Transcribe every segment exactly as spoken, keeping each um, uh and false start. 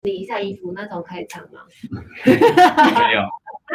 理一下衣服那种开场吗？ 没有。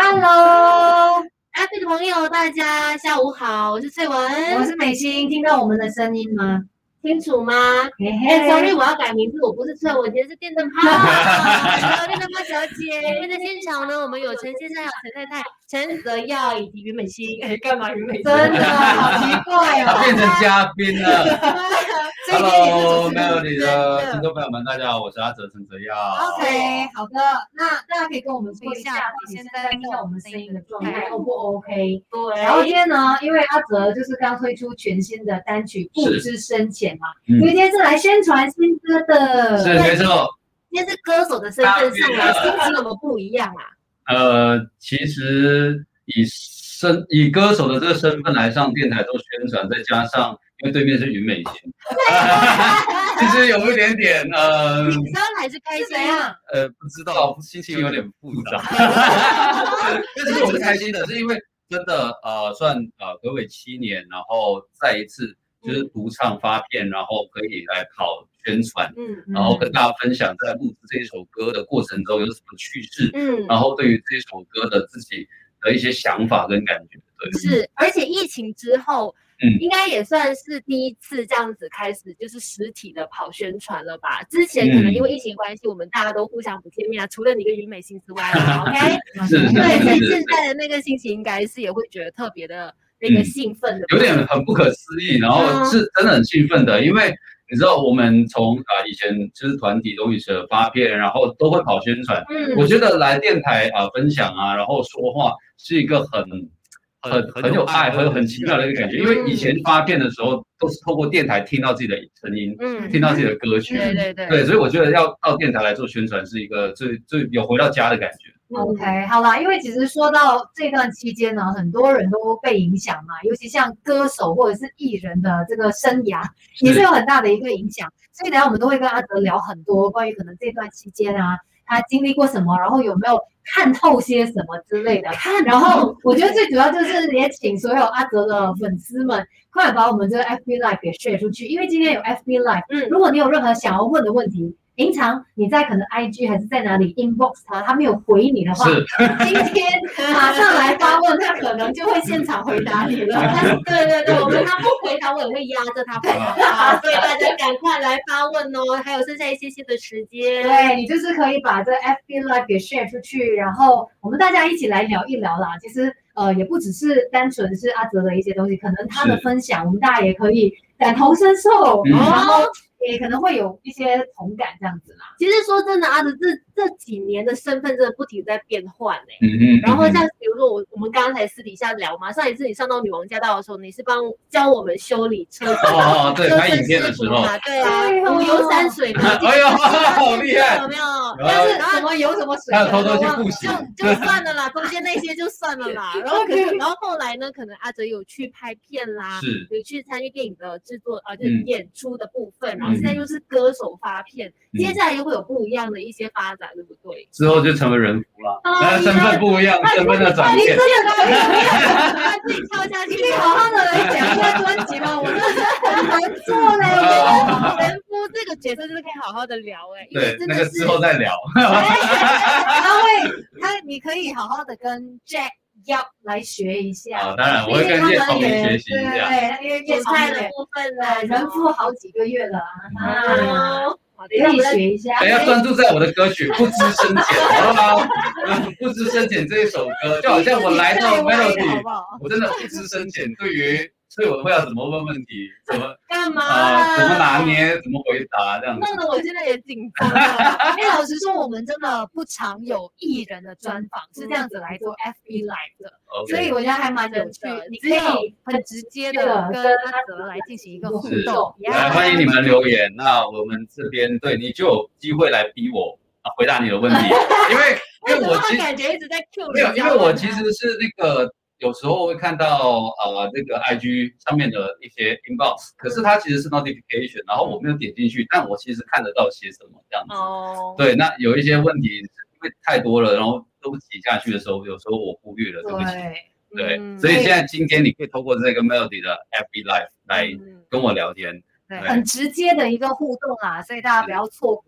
Hello，F B 的朋友，大家下午好，我是翠文， 我是美心，听到我们的声音吗？ 清楚吗？ 哎、 欸、，sorry， 我要改名字，我不是翠文，今天是电灯泡，电灯泡小姐。因为在现场呢，我们有陈先生、还有陈太太、陈泽耀以及于美心。哎、欸，干嘛于美心？ 真的好奇怪哦， 他变成嘉宾了。Hello Melody 的听众朋友们，大家好，我是阿哲陈泽耀。 OK， 好的，那大家可以跟我们说一下，你现在听到我们声音的状态 O 不 OK？ 对。 然后今天呢，因为阿哲就是刚推出全新的单曲《不知深浅》嘛， 嗯、 所以今天是来宣传新歌的。 是没错。 今天是歌手的身份上来，心情有没有不一样啊？ 呃，其实以身以歌手的这个身份来上电台做宣传，再加上因为对面是云美心，其实有一点点呃， 紧张还是开心啊？ 呃，不知道，心情有点复杂。但是我是开心的，是因为真的呃，算呃隔尾七年，然后再一次就是独唱发片，然后可以来跑宣传，嗯，然后跟大家分享在录制这一首歌的过程中有什么趣事，嗯，然后对于这首歌的自己的一些想法跟感觉，对， 是，而且疫情之后，嗯，应该也算是第一次这样子开始就是实体的跑宣传了吧？之前可能因为疫情关系，我们大家都互相不见面啊，除了你跟云美心之外啦，OK？ 是， 对，所以现在的那个心情应该是也会觉得特别的那个兴奋的， 有点很不可思议，然后是真的很兴奋的，因为。你知道我们从啊、呃、以前就是团体都一起发片，然后都会跑宣传。嗯，我觉得来电台啊、呃、分享啊，然后说话是一个很很很有爱和很奇妙的一个感觉。因为以前发片的时候都是透过电台听到自己的声音，嗯，听到自己的歌曲， 对对对， 对，所以我觉得要到电台来做宣传是一个最最有回到家的感觉。 OK， 好啦，因为其实说到这段期间呢，很多人都被影响嘛，尤其像歌手或者是艺人的这个生涯，也是有很大的一个影响。所以等一下我们都会跟阿哲聊很多关于可能这段期间啊，他经历过什么，然后有没有看透些什么之类的。然后我觉得最主要就是也请所有阿哲的粉丝们，快把我们这个 F B Live 给 share 出去，因为今天有 F B Live， 嗯，如果你有任何想要问的问题。平常你在可能 I G 还是在哪里 inbox 他，他没有回你的话，今天马上来发问，他可能就会现场回答你了。 对对对，我们他不回答，我也会压着他回答，所以大家赶快来发问哦，还有剩下一些些的时间。 对，你就是可以把这 F B Live 给 share 出去，然后我们大家一起来聊一聊啦。其实呃，也不只是单纯是阿哲的一些东西，可能他的分享，我们大家也可以感同身受，嗯、然后。也可能会有一些同感这样子啦。 其实说真的，阿哲这这几年的身份真的不停在变换哎、欸。嗯嗯。然后像比如说我我们刚才私底下聊嘛，上一次你上到女王驾到的时候，你是帮教我们修理车子， 哦对，拍影片的时候， 对啊，五游山水嘛。 哎呦，好厉害！ 有没有？ 但是什么油什么水， 还有偷偷去复习， 就就算了啦，中间那些就算了啦。然后可是然后后来呢，可能阿哲有去拍片啦， 是， 有去参与电影的制作啊，就是演出的部分，然后。现在又是歌手发片，嗯、接下来又会有不一样的一些发展，对不对？ 之后就成为人夫了，但是身份不一样，身份的转变。 你真的可以， 他自己跳下去， 你好好的来讲一下专辑吗？我真的很难做嘞。 人夫这个角色就是可以好好的聊哎、欸， 对，那个之后再聊。 他会，他你可以好好的跟 Jack。要来学一下啊、哦！当然，我会跟叶聪明学习一下。 对对，因为叶菜的部分呢， 人夫好几个月了啊， 可以学一下。 等一下专注在我的歌曲《不知深浅》，好不好？《不知深浅》这一首歌，就好像我来到 Melody， 我真的不知深浅。对于所以我会要怎么问问题，怎么干嘛、 呃？怎么拿捏？怎么回答？这样子。 弄得我现在也紧张了。 因为老实说，我们真的不常有艺人的专访是这样子来做 F B Live 的， okay. 所以我觉得还蛮有趣。你可以很直接的跟阿哲来进行一个互动。 来，欢迎你们留言。那我们这边对你就有机会来逼我啊回答你的问题，因为因为我其实感觉一直在 Q 没有，因为我其实是那个。有时候会看到呃这个 I G 上面的一些 inbox， 可是它其实是 notification， 然后我没有点进去，但我其实看得到写什么这样子。哦。对，那有一些问题因为太多了，然后都挤下去的时候，有时候我忽略了，对不起。对，嗯、所以现在今天你可以透过这个 Melody 的 F B Live 来跟我聊天， 对，很直接的一个互动啦，所以大家不要错过。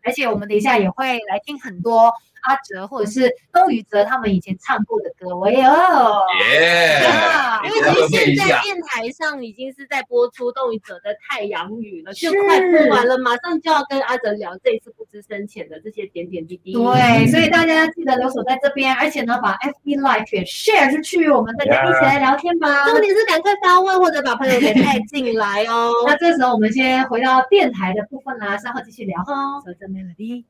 而且我们等一下也会来听很多阿哲或者是龚宇哲他们以前唱过的歌，我也有。 耶！ 因为其实现在电台上已经是在播出窦宇哲的《太阳雨》了，就快播完了，马上就要跟阿哲聊这一次不知深浅的这些点点滴滴。 对，所以大家记得留守在这边，而且呢，把 F B Live 也 share 出去，我们大家一起来聊天吧。 重点是赶快发问或者把朋友给带进来哦。 那这时候我们先回到电台的部分啦，稍后继续聊哦。 守着 Melody。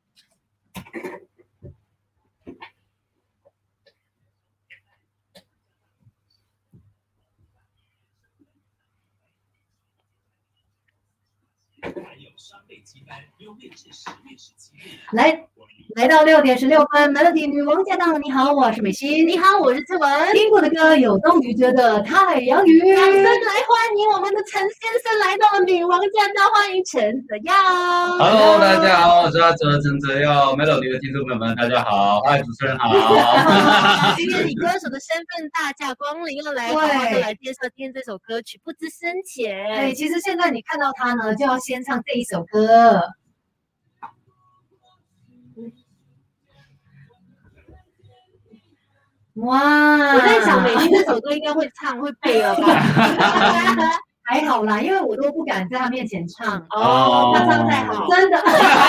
来，来到六点十六分 ，Melody 女王驾到！你好，我是美心。 你好，我是志文。 听过的歌有窦宇哲的《太阳雨》。 掌声来欢迎我们的陈先生来到了女王驾到，欢迎陈泽耀。 Hello， 大家好，我是阿哲陈泽耀 ，Melody 的听众朋友们，大家好，嗨，主持人好。 今天以歌手的身份大驾光临，要来好好的来介绍今天这首歌曲《不知深浅》。 对，其实现在你看到他呢，就要先唱这一首歌。哇！ 我在想，美心这首歌应该会唱会背了吧？ 还好啦，因为我都不敢在他面前唱哦，他唱太好， 真的。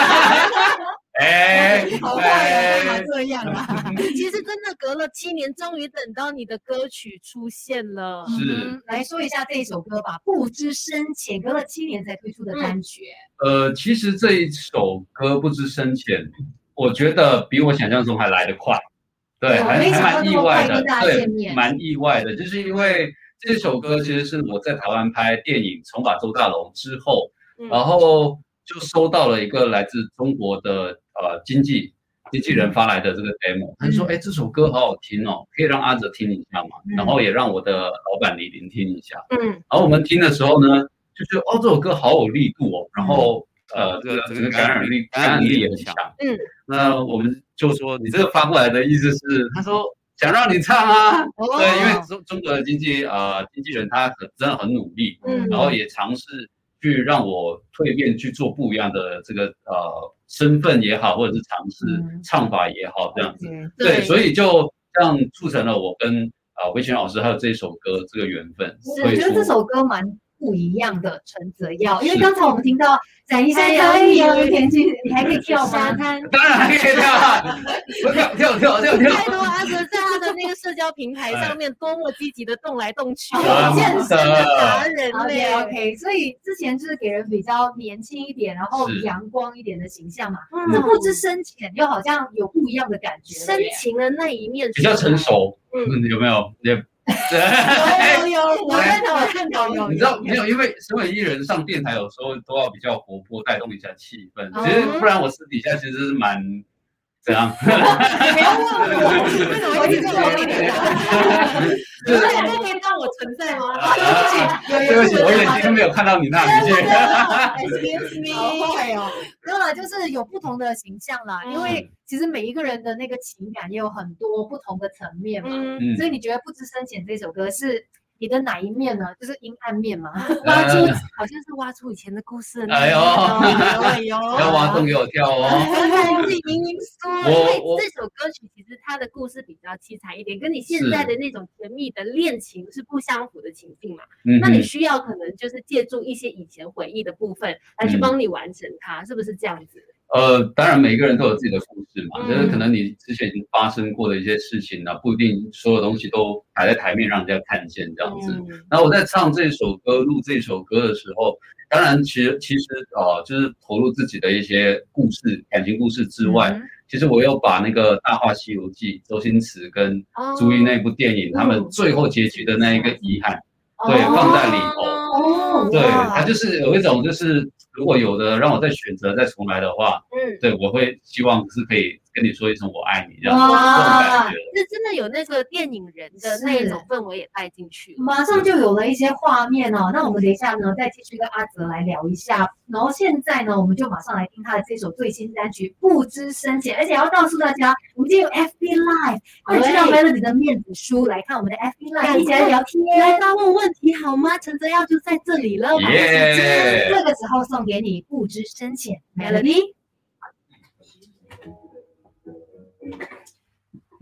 哎， 好坏啊，这样啊！ 其实真的隔了七年，终于等到你的歌曲出现了。 是， 嗯、来说一下这一首歌吧，《不知深浅》，隔了七年才推出的单曲。 嗯、呃，其实这一首歌《不知深浅》，我觉得比我想象中还来得快。对，还还蛮意外的，对，蛮意外的，就是因为这首歌其实是我在台湾拍电影《重把周大龙》之后，嗯、然后就收到了一个来自中国的呃经纪经纪人发来的这个 demo，、嗯、他就说，哎，这首歌好好听哦，可以让阿哲听一下嘛，嗯、然后也让我的老板李林听一下，嗯，然后我们听的时候呢，就觉得哦，这首歌好有力度哦，然后。呃，这个这个感染力感染力也很强。嗯，那我们就说你这个发过来的意思是，他说想让你唱啊。哦、对，因为中中国的经纪呃经纪人他很真的很努力，嗯，然后也尝试去让我蜕变去做不一样的这个呃身份也好，或者是尝试唱法也好，这样子。嗯、对，所以就这样促成了我跟啊魏全老师还有这首歌这个缘分。 我觉得这首歌蛮不一样的，陈泽耀，因为刚才我们听到展一下太阳雨天气，你还可以跳吗？ 当然还可以跳啊！我跳跳跳跳跳！ 太多阿哲在他的那个社交平台上面多么积极的动来动去， 健身的达人嘞。 OK， 所以之前就是给人比较年轻一点，然后阳光一点的形象嘛。这不知深浅，又好像有不一样的感觉， 深情的那一面比较成熟。嗯，有没有？也。 有有有，我看到我看到有。 你知道没有？因为身为艺人上电台，有时候都要比较活泼，带动一下气氛。其实不然，我私底下其实是蛮怎样？ 不要问我，为什么会这么说你？这两个可以让我存在吗？ 对不起，我眼睛都没有看到你那里去。 Excuse me， 好坏哦。没有啦，就是有不同的形象啦，因为其实每一个人的那个情感也有很多不同的层面嘛，所以你觉得《不知深浅》这首歌是你的哪一面呢？就是阴暗面嘛， 挖出好像是挖出以前的故事。 哎呦，哎呦，要挖洞给我跳哦！ 自己明明说，因为这首歌曲其实它的故事比较凄惨一点，跟你现在的那种甜蜜的恋情是不相符的情境嘛。那你需要可能就是借助一些以前回忆的部分来去帮你完成它，是不是这样子？ 呃，当然每一个人都有自己的故事嘛，就是可能你之前已经发生过的一些事情呢，不一定所有东西都摆在台面让人家看见这样子。然后我在唱这首歌、录这首歌的时候，当然其实其实呃，就是投入自己的一些故事、感情故事之外，其实我又把那个《大话西游记》周星驰跟朱茵那部电影他们最后结局的那一个遗憾，对，放在里头。对，它就是有一种就是。如果有的让我再选择再重来的话，嗯，对，我会希望是可以跟你说一声我爱你这样子，这种感觉。 是真的有那个电影人的那种氛围也带进去了， 马上就有了一些画面哦。那我们等一下呢，再继续跟阿哲来聊一下。然后现在呢，我们就马上来听他的这首最新单曲《不知深浅》，而且要告诉大家，我们今天有 F B Live， 快去到 Melody 的面子书来看我们的 F B Live， 一起来聊天， 来发问问题好吗？陈泽耀就在这里了， 耶！ 这个时候送给你《不知深浅》 ，Melody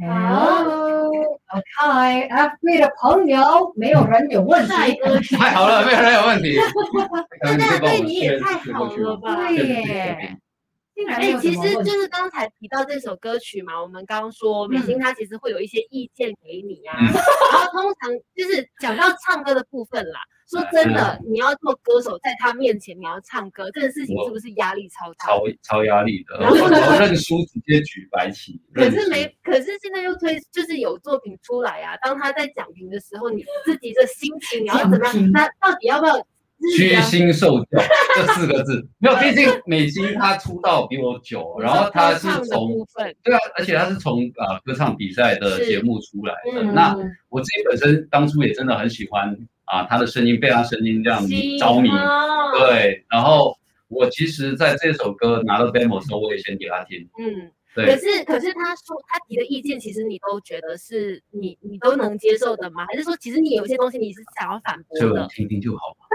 Hello，OK，F B 的朋友，没有人有问题。 太好了，没有人有问题。 那对你也太好了吧？ 对耶。 哎，其实就是刚才提到这首歌曲嘛，我们刚刚说美心她其实会有一些意见给你啊，嗯、然后通常就是讲到唱歌的部分啦。说真的，你要做歌手，在他面前你要唱歌，这件事情是不是压力超大？ 超超压力的，然后认输直接举白旗。 可是没，可是现在又推，就是有作品出来啊。当他在讲评的时候，你自己的心情你要怎么样？那到底要不要？ 虚心受教这四个字，没有，毕竟美心她出道比我久，然后她是从对啊，而且她是从啊、呃、歌唱比赛的节目出来的。嗯、那我自己本身当初也真的很喜欢啊，她的声音被她声音这样着迷，对。然后我其实在这首歌拿到 demo 的时候，我也先给她听，嗯。 可是，可是他说他提的意见，其实你都觉得是你你都能接受的吗？还是说，其实你有些东西你是想要反驳的？ 就听听就好嘛。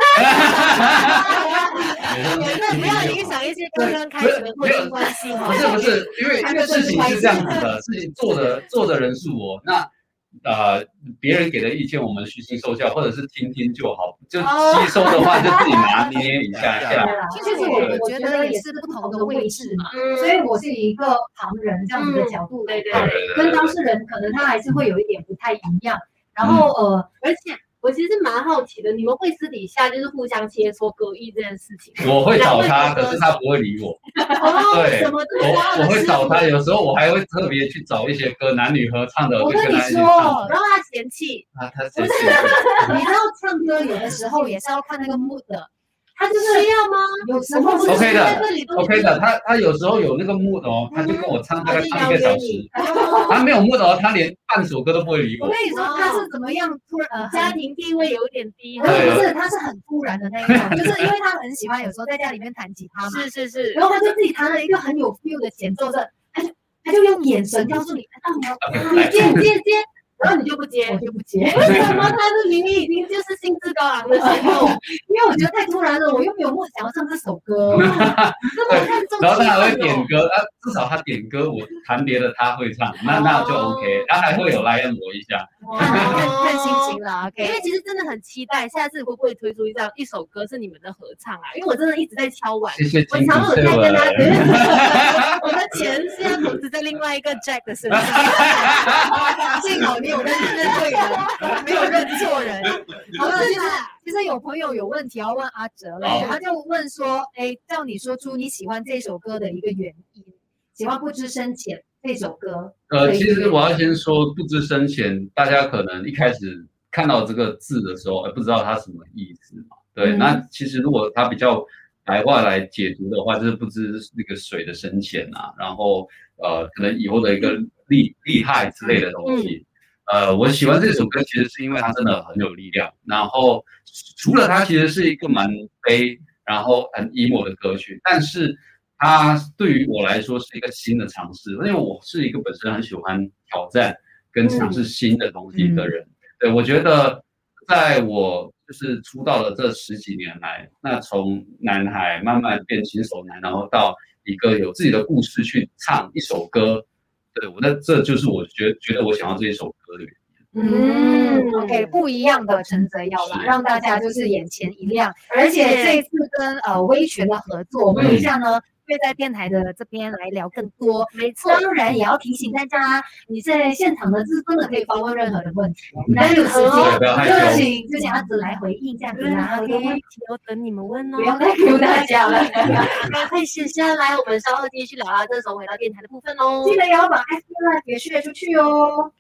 不要影响一些刚刚开始的婚姻关系哈。 不是不是，因为事情是这样子的，事情做的做的人是我，那呃别人给的意见我们虚心受教，或者是听听就好，就吸收的话就自己拿捏一下下。 其实我我觉得也是不同的位置嘛，所以我是以一个旁人这样子的角度来看，跟当事人可能他还是会有一点不太一样。然后呃， 而且。我其实蛮好奇的，你们会私底下就是互相切磋歌艺这件事情？ 我会找他，可是他不会理我。 哦，对，什么我我会找他，有时候我还会特别去找一些歌，男女合唱的。 我跟你说， 然后他嫌弃， 啊，他嫌弃。 你知道唱歌有的时候也是要看那个 mood 的。 他就是要吗？ 有时候 OK 的 ，OK 的。他他有时候有那个 mood 哦，他就跟我唱，大概唱一个小时。他没有 mood 哦，他连半首歌都不会理我。 我跟你说，他是怎么样突然呃家庭地位有点低。 不是不是，他是很突然的那一种，就是因为他很喜欢有时候在家里面弹吉他嘛。 是是是。 然后他就自己弹了一个很有 feel 的前奏，这他就他就用眼神告诉你，啊你要你接接接。 然后你就不接， 我就不接。 为什么？他是明明已经就是兴致高昂的时候， 因为我觉得太突然了，我又没有梦想要唱这首歌。 然后他还会点歌，啊，至少他点歌，我弹别的他会唱，那那就 OK。他还会有来按我一下， 看心情啦。OK， 因为其实真的很期待下次会不会推出一张一首歌是你们的合唱啊？因为我真的一直在敲碗， 谢谢我常有在跟他，我的钱是要投资在另外一个 Jack 的身上。幸好你。有认对人，没有认错人。 好了，其实其实有朋友有问题要问阿哲嘞，他就问说，哎，叫你说出你喜欢这首歌的一个原因，喜欢不知深浅这首歌。 呃，其实我要先说不知深浅，大家可能一开始看到这个字的时候，呃，不知道它什么意思嘛。对，嗯、那其实如果它比较白话来解读的话，就是不知那个水的深浅啊，然后呃，可能以后的一个厉厉害之类的东西。嗯呃，我喜欢这首歌，其实是因为它真的很有力量。然后除了它其实是一个蛮悲，然后很 emo 的歌曲，但是它对于我来说是一个新的尝试，因为我是一个本身很喜欢挑战跟尝试新的东西的人。嗯、对，我觉得在我就是出道的这十几年来，那从男孩慢慢变新手男，然后到一个有自己的故事去唱一首歌。对，我那这就是我觉得觉得我想要这一首歌的原因。嗯 ，OK， 不一样的陈泽耀啦，让大家就是眼前一亮。而且这一次跟呃威权的合作，我们等一下呢会在电台的这边来聊更多。 没错， 当然也要提醒大家，你在现场的是真的可以发问任何的问题，我们还有时间，就请就请阿泽来回应这样子啦。 OK， 问题我等你们问哦， 不要再 Q 大家了。 可以写下来，我们稍后继续聊到这首回到电台的部分哦。 记得也要把 F B Live 也 share 出去哦。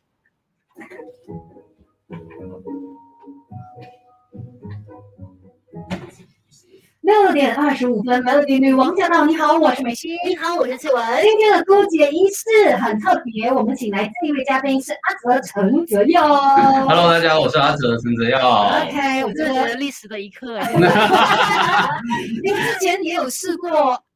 六点二十五分 ，Melody 女王驾到！你好，我是美心。 你好，我是翠文。 今天的勾结仪式很特别，我们请来这一位嘉宾是阿泽陈泽耀。 Hello， 大家好，我是阿泽陈泽耀。 OK， 我这是历史的一刻哎。 因为之前也有试过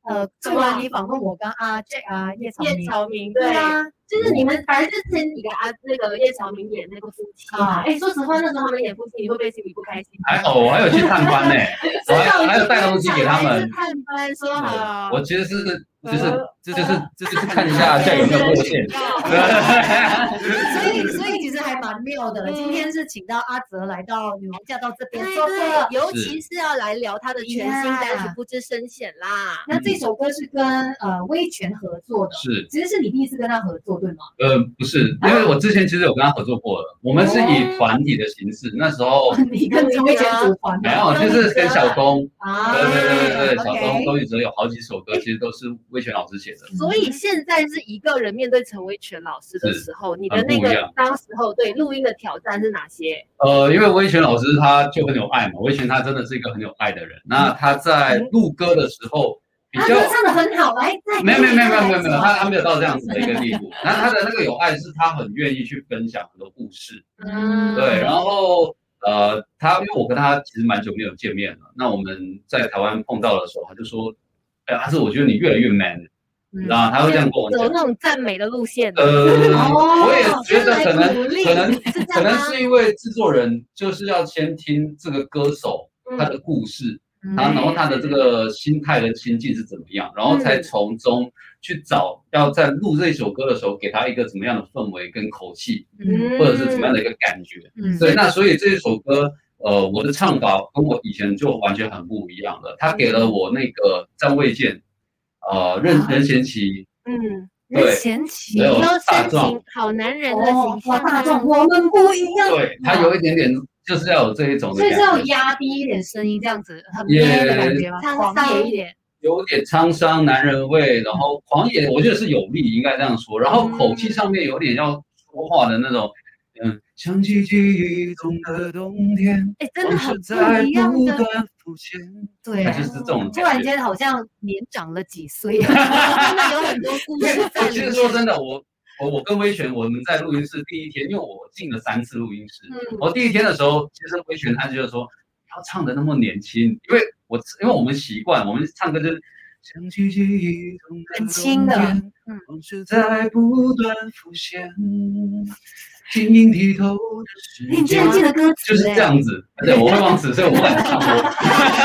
呃，做完你访问我跟阿 Jack 啊叶朝叶明， 朝明， 对啊， 就是你们反正就是前几个啊，那个叶朝明演那个夫妻啊，哎，说实话，那时候他们演夫妻，你会不会心里不开心？ 还好，我还有去探班呢，我还还有带东西给他们。 探班说好， 我其实是就是这就是这就是看一下现在有没有过线。 所以所以其实还蛮妙的。今天是请到阿泽来到女王驾到这边做客， 尤其是要来聊他的全新单曲《不知深浅》啦。 那这首歌是跟呃威权合作的， 是， 其实是你第一次跟他合作对吗？ 呃，不是，因为我之前其实有跟他合作过了，我们是以团体的形式，那时候你跟威权组团没有，就是跟小东啊， 对对对对对，小东周宇哲有好几首歌，其实都是威权老师写的。 所以现在是一个人面对陈威权老师的时候，你的那个当时候对录音的挑战是哪些？ 呃，因为威权老师他就很有爱嘛，威权他真的是一个很有爱的人。那他在录歌的时候比较唱的很好，来， 没有没有没有没有没有没有，他他没有到这样子的一个地步。那他的那个有爱是他很愿意去分享很多故事，嗯，对，然后。呃，他因为我跟他其实蛮久没有见面了，那我们在台湾碰到的时候，他就说：“哎，阿志，我觉得你越来越 man。”然后他会这样跟我讲， 走那种赞美的路线。 呃，我也觉得可能可能可能是因为制作人就是要先听这个歌手他的故事，他然后他的这个心态跟心境是怎么样，然后才从中去找要在录这首歌的时候给他一个怎么样的氛围跟口气，嗯，或者是怎么样的一个感觉，嗯，对，那所以这首歌，呃，我的唱法跟我以前就完全很不一样了，他给了我那个张卫健，呃，任任贤齐， 嗯， 任贤齐， 还有大壮， 好男人的形象， 大壮，我们不一样， 对他有一点点。就是要有这一种的感觉， 所以是要压低一点声音，这样子很 man 的感觉吗？狂野一点， 有点沧桑男人味，然后狂野，我觉得是有力，应该这样说。然后口气上面有点要说话的那种，嗯，想起记忆中的冬天， 哎，真的很不一样的。 对， 就是这种。 突然间好像年长了几岁， 真的有很多故事在里面。 其实说真的，我。我我跟威权，我们在录音室第一天，因为我进了三次录音室。嗯、我第一天的时候，其实威权他就说，不要唱的那么年轻，因为我因为我们习惯，我们唱歌就是想起记忆中的很轻的， 往事在不断浮现，晶莹剔透的世界。 你竟然记得歌词， 就是这样子。对，我会忘词，所以我不敢唱歌。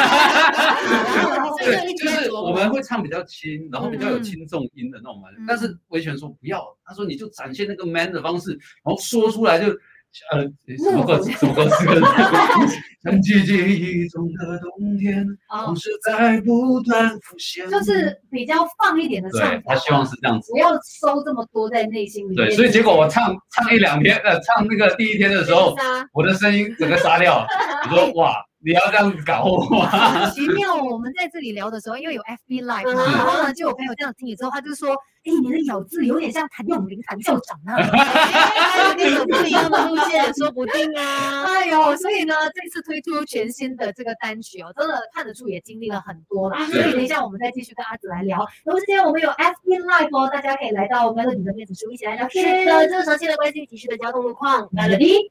对，就是我们会唱比较轻，然后比较有轻重音的那种嘛。嗯、但是维权说不要，他说你就展现那个 man 的方式，然后说出来就呃什么歌词什么歌词，想起记忆中的冬天，往事在不断浮现， 就是比较放一点的唱法。 他希望是这样子， 不要收这么多在内心里面。 对，所以结果我唱唱一两天，呃，唱那个第一天的时候，我的声音整个沙掉。我说哇。你要这样子搞我吗？ 奇妙，我们在这里聊的时候，因为有 F B Live 嘛，然后呢，就有朋友这样听了之后，他就说：“哎，你的咬字有点像谭咏麟谭校长啊， 有点有不一样的路线，说不定啊。” 哎呦，所以呢，这次推出全新的这个单曲哦，真的看得出也经历了很多啦。所以等一下我们再继续跟阿紫来聊。然后之前我们有 F B Live 哦，大家可以来到 Melody 的面子书一起来聊天。 是的，这个详细的关心及时的交通路况 ，Melody。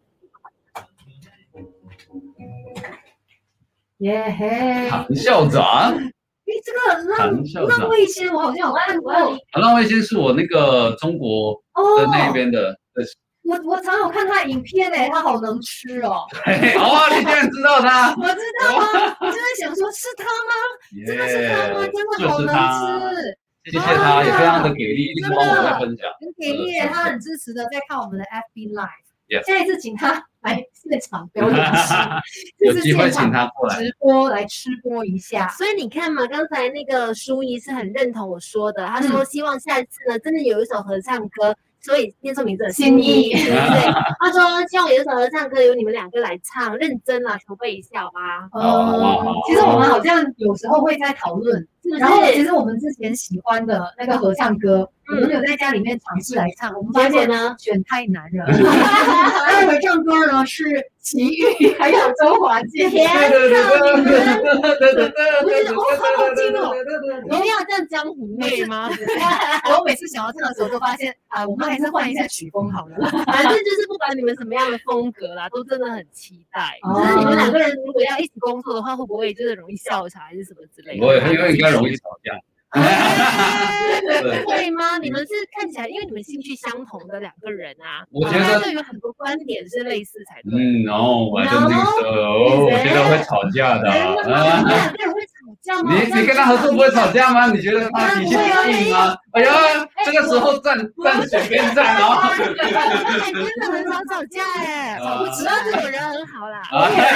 耶嘿， 唐校长， 你这个浪浪味仙，我好像有看过。 浪味仙是我那个中国的那边的。哦、 我我常有看他影片诶，他好能吃哦。 哦，你竟然知道他？ 我知道啊，我就在想说，是他吗？真的是他吗？真的好能吃。 谢谢他，也非常的给力，一直帮我在分享。 很给力，他很支持的在看我们的 F B Live。下一次请他来现场表演吃， 有机会请他过来直播来吃播一下。 所以你看嘛，刚才那个舒怡是很认同我说的，他说希望下一次呢，真的有一首合唱歌，所以念错名字的心意，对不对？他说希望有一首合唱歌由你们两个来唱，认真啦，筹备一下好吧？ 哦，其实我们好像有时候会在讨论，然后其实我们之前喜欢的那个合唱歌。我们有在家里面尝试来唱，我们发现呢选太难了。那合唱歌呢是齐豫还有周华健。天哪！你们，不是我好好听哦。 一定要这样江湖味吗？ 我每次想要唱的时候，都发现啊，我们还是换一下曲风好了。 反正就是不管你们什么样的风格啦，都真的很期待。只是你们两个人如果要一起工作的话，会不会就是容易笑场还是什么之类的？ 不会，因为应该容易吵架。 会吗？你们是看起来，因为你们兴趣相同的两个人啊， 我觉得就有很多观点是类似才对。 嗯，然后我还真这个时候，我觉得会吵架的。 啊，两个人会吵架吗？ 你你跟他合作不会吵架吗？你觉得他脾气硬吗？哎呀，这个时候站站选边站哦。 哎，真的很少吵架哎，我主要是我人很好啦。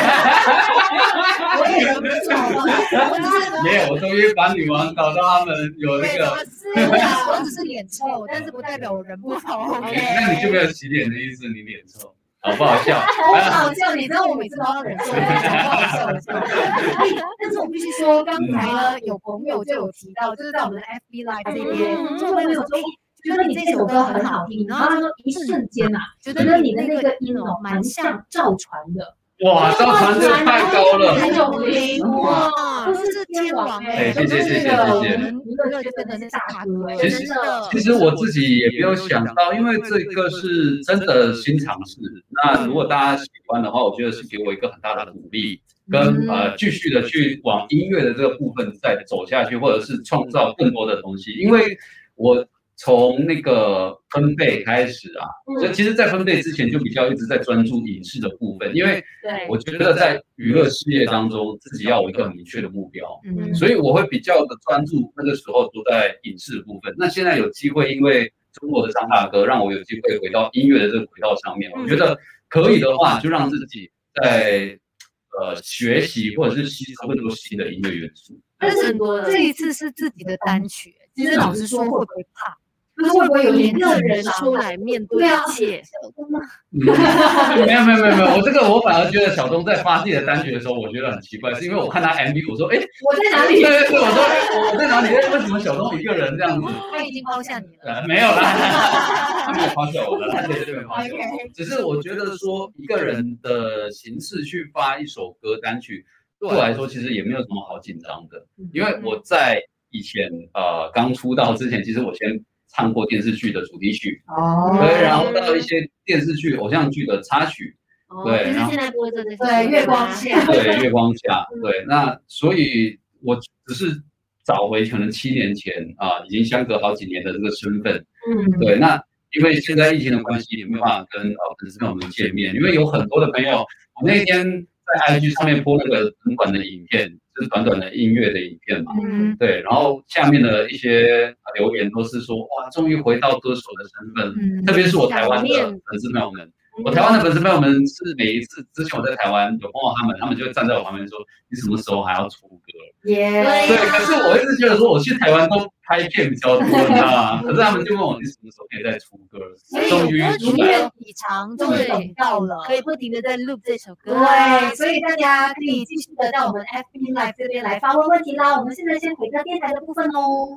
我也人不错，好不好？ 没有，我终于把女王搞到他们有那个。 我只是脸臭，但是不代表我人不好。OK， 那你就没有洗脸的意思，你脸臭。好不好笑？ 很好笑，你知道我每次都要忍受，好好笑的笑。但是我必须说，刚才呢有朋友就有提到，就是在我们的 F B Live 这边，就会有说，觉得你这首歌很好听，然后他说一瞬间呐，觉得你的那个音哦，蛮像赵传的。 哇，赵传这个太高了， 很有名哇，都是天王哎，谢谢谢谢谢谢。 娱乐圈的那大哥， 其实其实我自己也没有想到，因为这个是真的新尝试。那如果大家喜欢的话，我觉得是给我一个很大的鼓励，跟呃继续的去往音乐的这个部分再走下去，或者是创造更多的东西。因为我从那个分贝开始啊，所以其实，在分贝之前就比较一直在专注影视的部分，因为我觉得在娱乐事业当中，自己要有一个明确的目标，嗯，所以我会比较的专注，那个时候都在影视的部分。那现在有机会，因为中国的张大哥让我有机会回到音乐的这个轨道上面，我觉得可以的话，就让自己在呃学习或者是吸收更多新的音乐元素。 但是这一次是自己的单曲，其实老实说会不会怕？就是会不会有一个人出来面对一切？ 没有没有没有没有，我这个我反而觉得小东在发自己的单曲的时候，我觉得很奇怪，是因为我看他 M V， 我说哎， 我在哪里？ 对对对，我说我在哪里？为什么小东一个人这样子？ 他已经抛下你了？ 没有啦，他没有抛下我了，他绝对没有抛下我。只是我觉得说一个人的形式去发一首歌单曲，对我来说其实也没有什么好紧张的，因为我在以前呃刚出道之前，其实我先唱过电视剧的主题曲，哦，对，然后到一些电视剧、偶像剧的插曲， 哦、对，然后现在播的对月光下， 对月光下，对，那所以我只是找回可能七年前啊，已经相隔好几年的这个身份，嗯，对，那因为现在疫情的关系，也没有办法跟呃粉丝朋友们见面，因为有很多的朋友，我那天在 I G 上面播那个很短的影片。就是短短的音乐的影片嘛，嗯，对，然后下面的一些留言都是说，哇，终于回到歌手的身份，嗯，特别是我台湾的粉丝朋友们，嗯、我台湾的粉丝朋友们是每一次之前我在台湾有碰到他们，他们就会站在我旁边说，你什么时候还要出歌？耶，对，可是我一直觉得说，我去台湾都拍片比较多，你知道吗？可是他们就问我，你什么时候可以再出歌？终于如愿以偿，终于等到了， 可以不停的在录这首歌。 对，所以大家可以继续的在我们 F B Live 这边来发问问题啦。我们现在先回到电台的部分喽。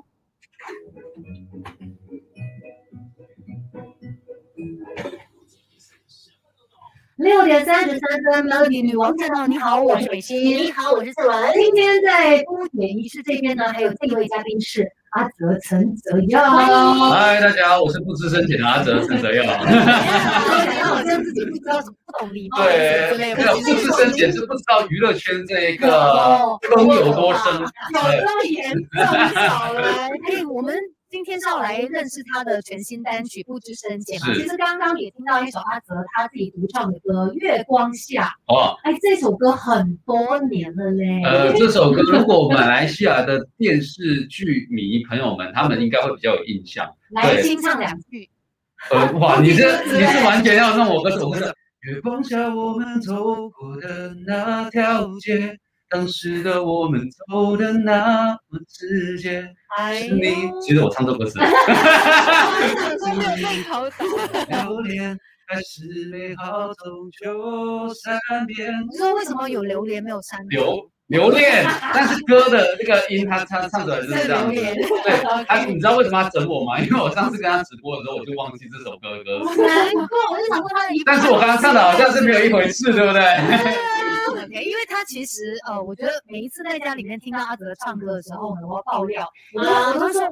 六点三十三分 ，Melody 女王驾到！你好，我是美心。 你好，我是翠文。 今天在公演仪式这边呢，还有这一位嘉宾是阿泽陈泽耀。 嗨，大家好，我是不知深浅的阿泽陈泽耀。 好像自己不知道什么不懂礼貌。 对，没有不知深浅是不知道娱乐圈这一个坑有多深。 有这么严重？少来，哎，我们。今天是要来认识他的全新单曲《不知深浅》嘛？其实刚刚也听到一首阿泽他自己独唱的歌《月光下》哦，哎，这首歌很多年了嘞。 呃，这首歌如果马来西亚的电视剧迷朋友们，他们应该会比较有印象。 来，清唱两句。 呃，哇，你这你是完全要弄我歌手的。月光下我们走过的那条街。当时的我们走的那么直接，是你。其实我唱这歌词。留恋还是美好，终究善变。 你说为什么有榴莲没有删？ 留留恋，但是歌的那个音，他唱唱出来就是这样子。对，他你知道为什么他整我吗？因为我上次跟他直播的时候，我就忘记这首歌的歌词。 难怪，我就想说他的。 但是我刚刚唱的好像是没有一回事，对不对？ 因为他其实呃，我觉得每一次在家里面听到阿泽唱歌的时候呢，我要爆料，我我都说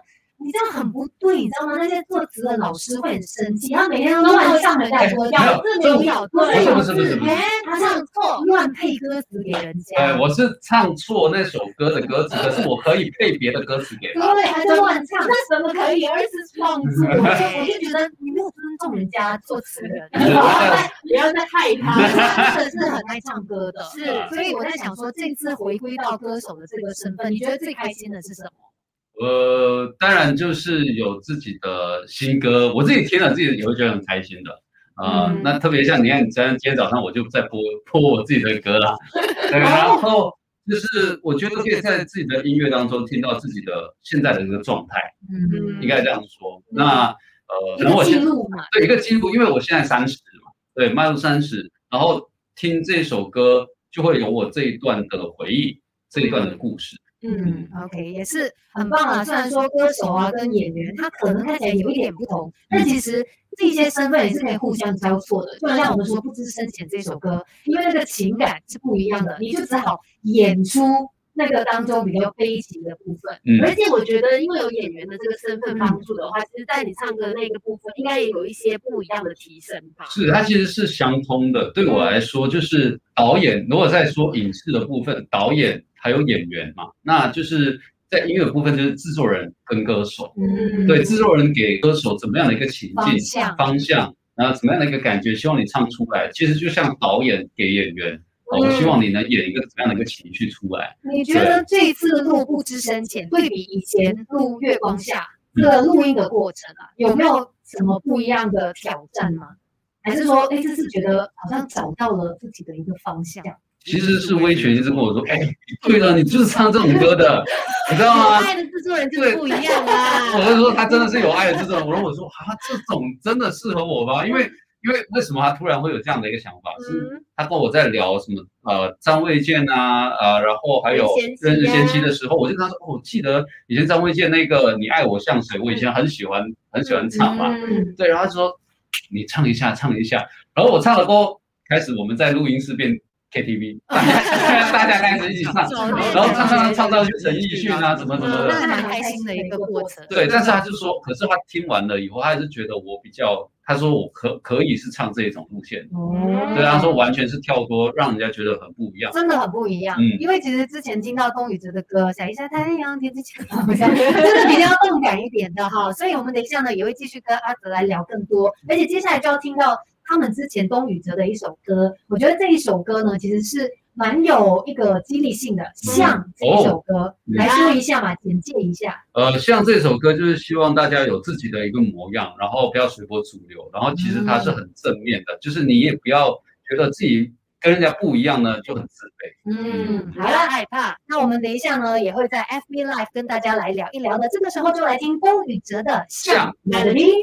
你这样很不对，你知道吗？那些作词的老师会很生气，他每天都乱唱人家的歌，咬字没有咬对， 不是不是不是， 哎，他唱错，乱配歌词给人家。 哎，我是唱错那首歌的歌词，可是我可以配别的歌词给他。 对，他就乱唱，那怎么可以？二次创作，我就我就觉得你没有尊重人家作词人， 不要再害他， 他真的是很爱唱歌的。 是， 所以我在想说，这次回归到歌手的这个身份，你觉得最开心的是什么？ 呃，当然就是有自己的新歌，我自己听了自己也会觉得很开心的。啊、呃嗯，那特别像你看，你今天早上我就在播播我自己的歌啦，对，然后就是我觉得可以在自己的音乐当中听到自己的现在的一个状态，嗯，应该这样说。嗯、那呃， 一个记录嘛， 对，一个记录，因为我现在三十嘛，对，迈入三十，然后听这首歌就会有我这一段的回忆，这一段的故事。 嗯 ，OK， 也是很棒啊。虽然说歌手啊跟演员，他可能看起来有一点不同，但其实这些身份也是可以互相交错的。就好像我们说《不知深浅》这首歌，因为那个情感是不一样的，你就只好演出那个当中比较悲情的部分。 嗯，而且我觉得，因为有演员的这个身份帮助的话，其实在你唱歌的那个部分，应该也有一些不一样的提升吧。 是，它其实是相通的。对我来说，就是导演，如果在说影视的部分，导演。还有演员嘛，那就是在音乐部分就是制作人跟歌手，嗯，对，制作人给歌手怎么样的一个情境方向，方向然后怎么样的一个感觉，希望你唱出来，其实就像导演给演员，哦，我希望你能演一个怎么样的一个情绪出来。 你觉得这一次录《不知深浅》对比以前录《月光下》这个录音的过程啊，有没有什么不一样的挑战吗？还是说，哎，这次觉得好像找到了自己的一个方向？ 其实是威权一直跟我说，哎，对了，你就是唱这种歌的，你知道吗？ 有爱的制作人就是不一样啊。 我就说他真的是有爱的制作人，我说我说啊，这种真的适合我吗？因为因为为什么他突然会有这样的一个想法？是他跟我在聊什么呃张卫健啊，呃，然后还有认识先期的时候，我就跟他说，哦，我记得以前张卫健那个你爱我像谁，我以前很喜欢很喜欢唱嘛，对，然后他就说你唱一下唱一下，然后我唱了过后，开始我们在录音室变K T V， 大家开始一起唱，然后唱唱唱到陈奕迅啊，怎么怎么的， 那是蛮开心的一个过程。 对，但是他就说，可是他听完了以后，他还是觉得我比较，他说我可可以是唱这种路线，哦，对，他说完全是跳脱，让人家觉得很不一样， 真的很不一样。嗯，因为其实之前听到东宇哲的歌《想一下太阳》，天之前好像就是比较动感一点的哈，所以我们等一下呢也会继续跟阿泽来聊更多，而且接下来就要听到他们之前东宇哲的一首歌，我觉得这一首歌呢，其实是蛮有一个激励性的，像这一首歌，哦，来说一下嘛，简介一下。 呃，像这首歌就是希望大家有自己的一个模样，然后不要随波逐流，然后其实它是很正面的，嗯，就是你也不要觉得自己跟人家不一样呢，就很自卑。 嗯，不要害怕。那我们等一下呢，也会在 F B Live 跟大家来聊一聊的。这个时候就来听东宇哲的《像 Melody》。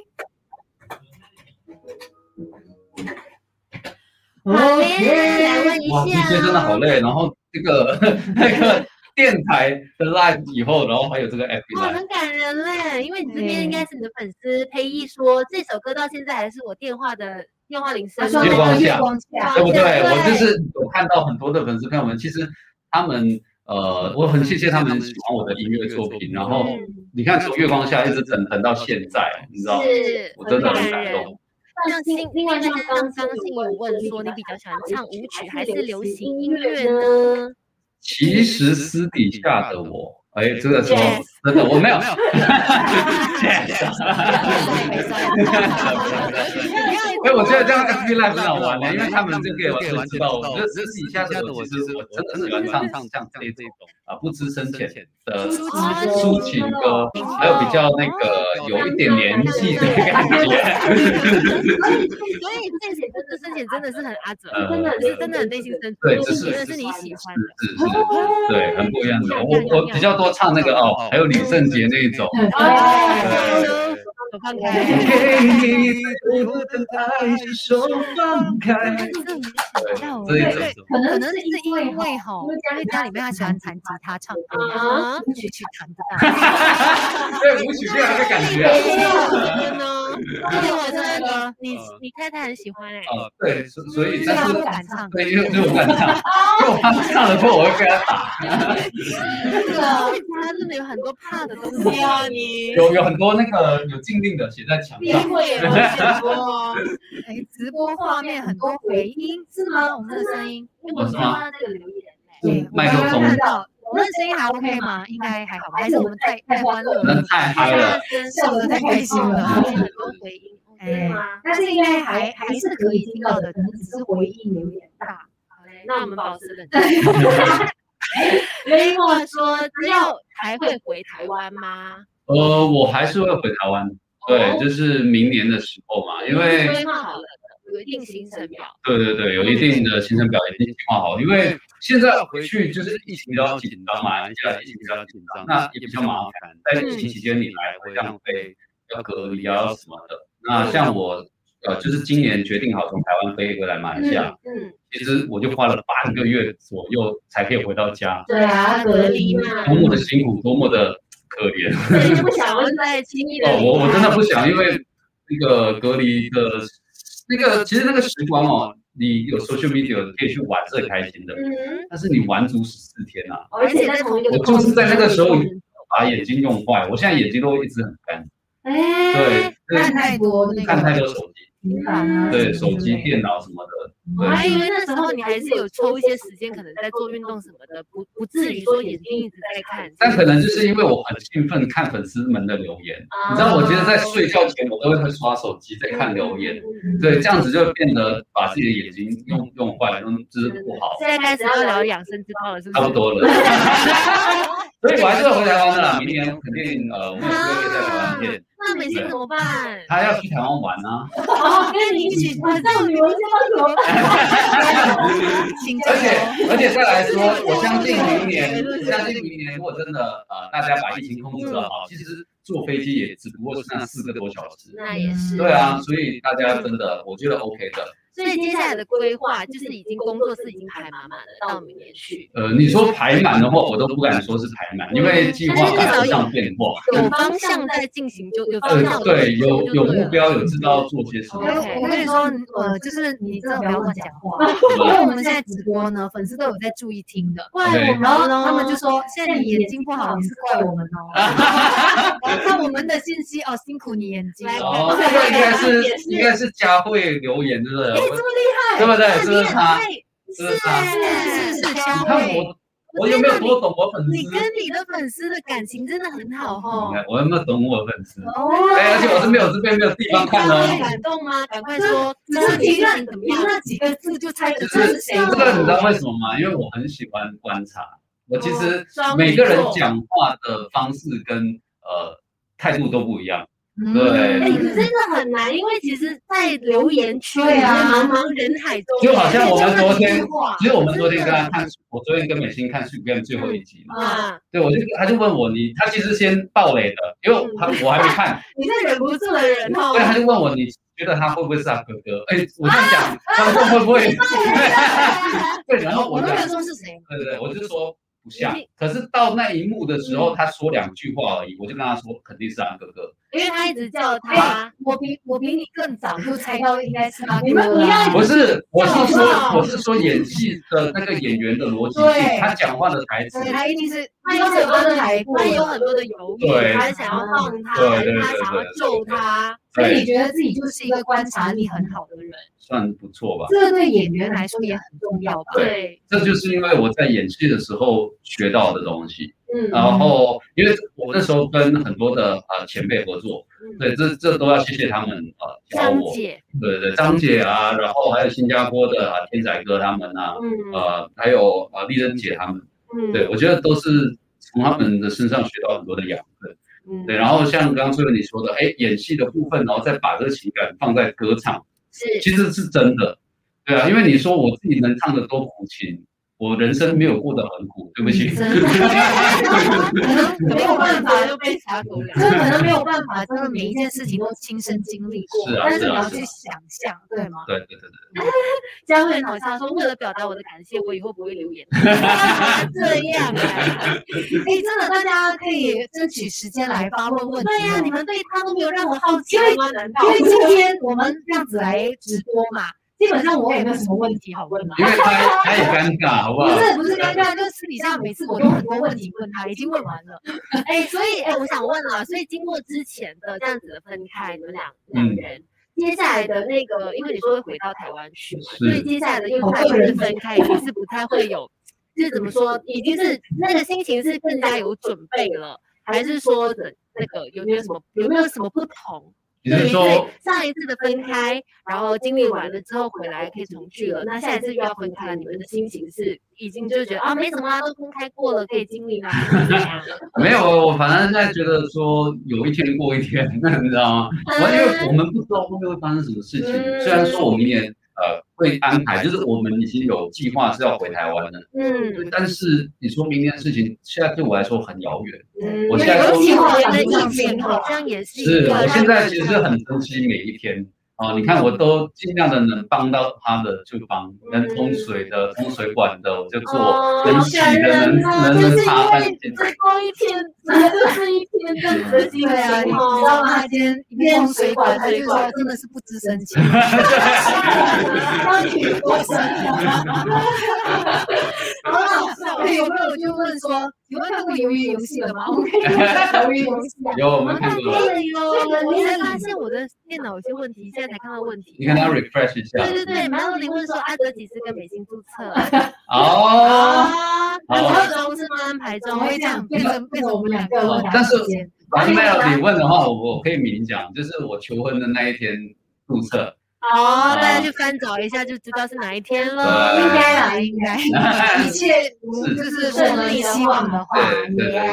好嘞，来问一下。 哇 ，D J 真的好累。然后这个那个电台的 live 以后，然后还有这个 F B Live， 很感人嘞。因为你这边应该是你的粉丝裴毅说，这首歌到现在还是我电话的电话铃声。 月光下， 对不对？我就是有看到很多的粉丝朋友们，其实他们呃，我很谢谢他们喜欢我的音乐作品。然后你看从月光下一直等等到现在，你知道，我真的很感动。 像另外像刚刚新闻问说，你比较喜欢唱舞曲还是流行音乐呢？ 其实私底下的我，哎，这个说真的我没有没有。哎，我觉得这样 F B Live 很好玩的，因为他们这个我是知道，我觉得私底下的我，其实我真的喜欢唱唱像这这种啊不知深浅的抒情歌，还有比较那个有一点年纪的感觉。 所以这些不知深浅真的是很阿哲，真的是真的很内心深处， 对，这是真的是你喜欢的， 是是是，对，很不一样的。我我比较多唱那个哦，还有李圣杰那一种。 手放开， 给你最后的爱是手放开。 对，可能可能是因为哈，因为家里面他喜欢弹吉他唱歌，舞曲去弹的。 对，舞曲这样的感觉。 而且我真的哦，你你太太很喜欢哎。 呃，对，所以但是不敢唱。 对，因为因为我不敢唱，因为我怕唱了之后我会被他打。 这个他真的有很多怕的东西啊，你有有很多那个有禁令的写在墙上。 会有直播， 哎，直播画面很多回音是吗？我们的声音， 我看到那个留言。 对， 麦克风。 我们的声音还 OK 吗？应该还好吧？还是我们太太欢乐了？太嗨了， 笑得太开心了。 很多回音， 哎，但是应该还还是可以听到的，可能只是回音有点大。 好嘞，那我们保持冷静。雷莫说，只有还会回台湾吗？ 呃，我还是会回台湾，对，就是明年的时候嘛，因为规划好了。有一定行程表， 对对对，有一定的行程表，已经计划好。因为现在回去就是疫情比较紧张嘛，接下来疫情比较紧张，那也比较麻烦。在疫情期间，你来回浪费要隔离啊什么的。那像我呃，就是今年决定好从台湾飞回来马来西亚，嗯，其实我就花了八个月左右才可以回到家。 对啊，隔离嘛， 多么的辛苦，多么的可怜。 所以不想要再轻易的。 哦，我我真的不想，因为那个隔离的。那个其实那个时光哦，你有 social media 可以去玩是很开心的，嗯，但是你玩足十四天啊， 而且在同一个， 我就是在那个时候把眼睛用坏，我现在眼睛都一直很干，哎，对， 看太多， 看太多手机， 平板啊， 对，手机、电脑什么的。 我还以为那时候你还是有抽一些时间，可能在做运动什么的，不不至于说眼睛一直在看。 但可能就是因为我很兴奋看粉丝们的留言，你知道，我觉得在睡觉前我都会刷手机在看留言，对，这样子就变得把自己的眼睛用用坏，用就是不好。 现在开始要聊养生之道了，是不是？ 差不多了。所以我还是会回台湾的啦，明年肯定呃，我们有机会在台湾见。 那美心怎么办？ 他要去台湾玩啊！ 哦，跟你一起晚上旅游这样怎么办？ 而且而且再来说，我相信明年，我相信明年如果真的呃大家把疫情控制得好，其实坐飞机也只不过是那四个多小时。 那也是。 对啊，所以大家真的我觉得 OK 的。 所以接下来的规划就是已经工作室已经排满满了，到明年去。 呃，你说排满的话，我都不敢说是排满，因为计划赶不上变化。 有方向在进行，就有方向。 呃，对，有有目标，有知道做些什么。 我跟你说，呃，就是你真的不要乱讲话，因为我们现在直播呢，粉丝都有在注意听的。 怪我们，然后他们就说，现在你眼睛不好，你是怪我们哦。看我们的信息哦，辛苦你眼睛。 哦，这个应该是应该是佳慧留言，对不对？ 哎，这么厉害！ 对不对？是不是他？ 是他，是是是， 你看我，我有没有多懂我粉丝？ 你跟你的粉丝的感情真的很好哦。 我有没有懂我粉丝？哦，哎，而且我是没有这边没有地方看哦。 感动吗？赶快说， 只是提那怎么样？那几个字就猜得出是谁。 这个你知道为什么吗？因为我很喜欢观察。我其实每个人讲话的方式跟呃态度都不一样。对， 哎，真的很难，因为其实，在留言区啊，茫茫人海中， 就好像我们昨天，其实我们昨天跟他看，我昨天跟美心看《Squid Game》最后一集嘛，啊，对，我就他就问我你，他其实先爆雷的，因为他我还没看， 你是忍不住的人哦， 对，他就问我你觉得他会不会是他哥哥？哎，我这样讲，观众会不会？对，然后我就说是谁？ 对对对，我就说。不像，可是到那一幕的时候，他说两句话而已，我就跟他说肯定是他哥哥， 因为他一直叫他， 我比我比你更早就猜到应该是他哥哥。 你们不要， 不是，我是说我是说演戏的那个演员的逻辑性，他讲话的台词， 他一定是他有很多的台词，他有很多的犹豫，他想要放他，他想要救他， 所以你觉得自己就是一个观察力很好的人。 算不错吧， 这个对演员来说也很重要吧？ 对， 这就是因为我在演戏的时候学到的东西。嗯，然后因为我那时候跟很多的呃前辈合作，对，这这都要谢谢他们呃教我。对对，张姐啊，然后还有新加坡的啊天仔哥他们啊，呃，还有啊丽珍姐他们，嗯，对我觉得都是从他们的身上学到很多的养分。嗯，对，然后像刚刚翠文你说的，哎，演戏的部分，然后再把这个情感放在歌唱。是，其实是真的，对啊，因为你说我自己能唱得多苦情， 我人生没有过得很苦，对不起。 真的，可能没有办法就被查口粮， 真的可能没有办法，真的每一件事情都亲身经历过， 是啊但是你要是啊去想象，对吗？ 对对对对。 佳慧很好笑，说为了表达我的感谢，我以后不会留言。这样啊？ 哎，真的，大家可以争取时间来发问问题。 对呀，你们对他都没有让我好奇吗？难道？ 因为今天我们这样子来直播嘛，基本上我也没有什么问题好问嘛。 因为他他也尴尬，好不好？ 不是不是尴尬，就是私底下每次我都很多问题问他，已经问完了。 哎，所以哎，我想问了，所以经过之前的这样子的分开，你们两两人。接下来的那个，因为你说会回到台湾去嘛，所以接下来的又再次分开，已经是不太会有，就是怎么说，已经是那个心情是更加有准备了，还是说的那个有没有什么有没有什么不同？ 你是说上一次的分开，然后经历完了之后回来可以重聚了，那下一次又要分开了，你们的心情是已经就觉得啊没什么啊，都分开过了，可以经历了， 没有，我反正现在觉得说有一天过一天，你知道吗？因为我们不知道后面会发生什么事情，虽然说我明年呃会安排，就是我们已经有计划是要回台湾的，嗯，但是你说明年的事情，现在对我来说很遥远。 嗯， 我现在说计划的疫情好像也是， 是我现在其实很珍惜每一天。哦，你看，我都尽量的能帮到他的就帮，能通水的、通水管的我就做，能洗的、能能能擦干净。 最后一天，真的就是一天这样子的心情啊！你知道吗？他今天一边通水管，他就说真的是不知深情。帮你多生好了，有朋友就问说，有没有看过鱿鱼游戏了吗？我们可以看鱿鱼游戏啊。 有，我们看过了。 有，你才发现我的电脑有些问题，现在才看到问题。 你跟他 refresh 一下。 对对对，然后你问说阿德几时跟美心注册？ 哦， 安排中是吗？安排中会这样变成变成我们两个。 但是，完没有你问的话，我我可以明讲，就是我求婚的那一天注册。 哦，大家去翻找一下就知道是哪一天了。 应该啦，应该，一切就是顺利希望的话， 对对对。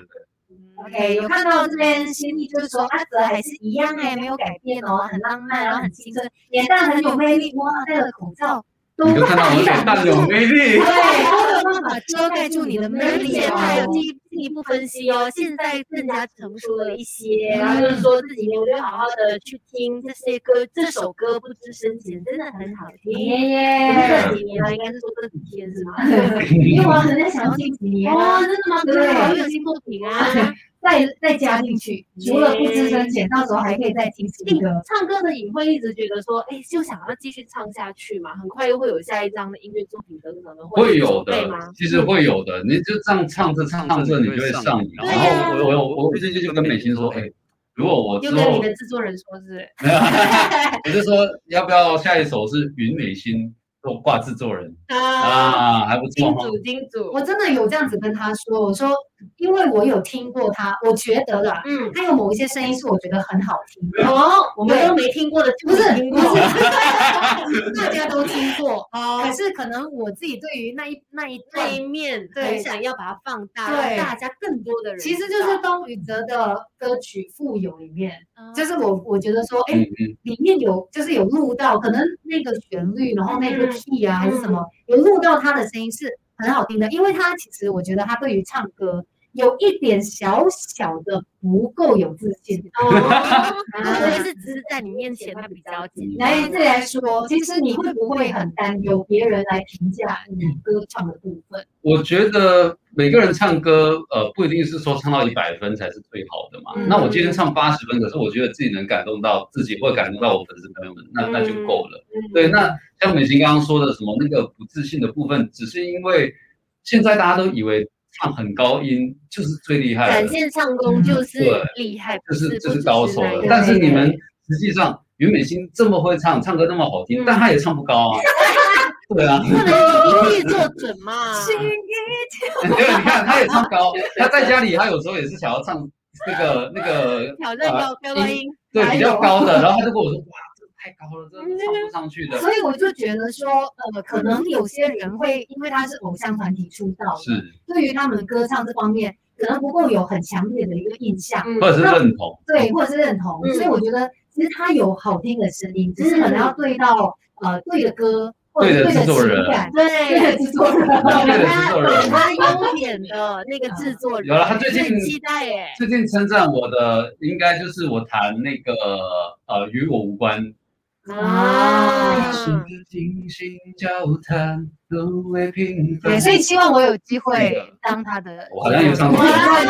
OK， 有看到这边心意就是说阿泽还是一样哎，没有改变哦，很浪漫，然后很青春，脸蛋很有魅力，哇，戴了口罩。 你就看到我脸蛋有魅力， 对，都有办法遮盖住你的魅力。 现在还有进进一步分析哦，现在更加成熟了一些，然后就是说这几年我就好好的去听这些歌，这首歌不知深浅，真的很好听。 耶耶， 这几年了，应该是说这几天是吗？ 因为我很在想要听几年哦，真的吗？对，好有新作品啊。 再再加进去，除了不知深浅，到时候还可以再听新歌。 唱歌的你会一直觉得说，哎，就想要继续唱下去嘛？很快又会有下一张的音乐作品等等的， 会有的，其实会有的。你就这样唱着唱着，你就会上瘾。然后我我我最近就跟美心说，哎，如果我之后又跟你的制作人说是， 我就说要不要下一首是云美心做挂制作人啊，还不错。 金主金主， 我真的有这样子跟他说，我说。因为我有听过他，我觉得啦，嗯，他有某一些声音是我觉得很好听哦，我们都没听过的， 不是不是，大家都听过哦。可是可能我自己对于那一那一那一面，很想要把它放大，让大家更多的人。 其实就是东宇哲的歌曲《富有》里面，就是我我觉得说，哎，里面有就是有录到，可能那个旋律，然后那个 key 啊还是什么，有录到他的声音是很好听的，因为他其实我觉得他对于唱歌。有一点小小的不够有自信哦，还是只是在你面前他比较紧。 来这来说，其实你会不会很担忧别人来评价你歌唱的部分？ 我觉得每个人唱歌，呃，不一定是说唱到一百分才是最好的嘛。嗯、那我今天唱八十分，可是我觉得自己能感动到自己，或者感动到我粉丝朋友们，那那就够了。嗯、对，那像美琴刚刚说的什么那个不自信的部分，只是因为现在大家都以为。唱很高音就是最厉害的， 展现唱功就是厉害， 就是就是高手了。但是你们实际上，云美心这么会唱，唱歌那么好听，但她也唱不高啊。对啊， 不能一句做准嘛。 对，你看她也唱高，她在家里她有时候也是想要唱那个那个挑战高高音， 对比较高的，然后她就跟我说哇。太高了，真的唱不上去的。 所以我就觉得说，呃，可能有些人会因为他是偶像团体出道， 是对于他们歌唱这方面，可能不够有很强烈的一个印象， 或者是认同， 对，或者是认同。所以我觉得，其实他有好听的声音，只是可能要对到呃对的歌， 或者对的制作人， 对对的制作人， 对的制作人， 他优点的那个制作人， 有了，他最近期待耶， 最近称赞我的应该就是我弹那个呃与我无关。 啊， 是精心交谈，更为平凡。 对，所以希望我有机会当他的。 我好像有上过。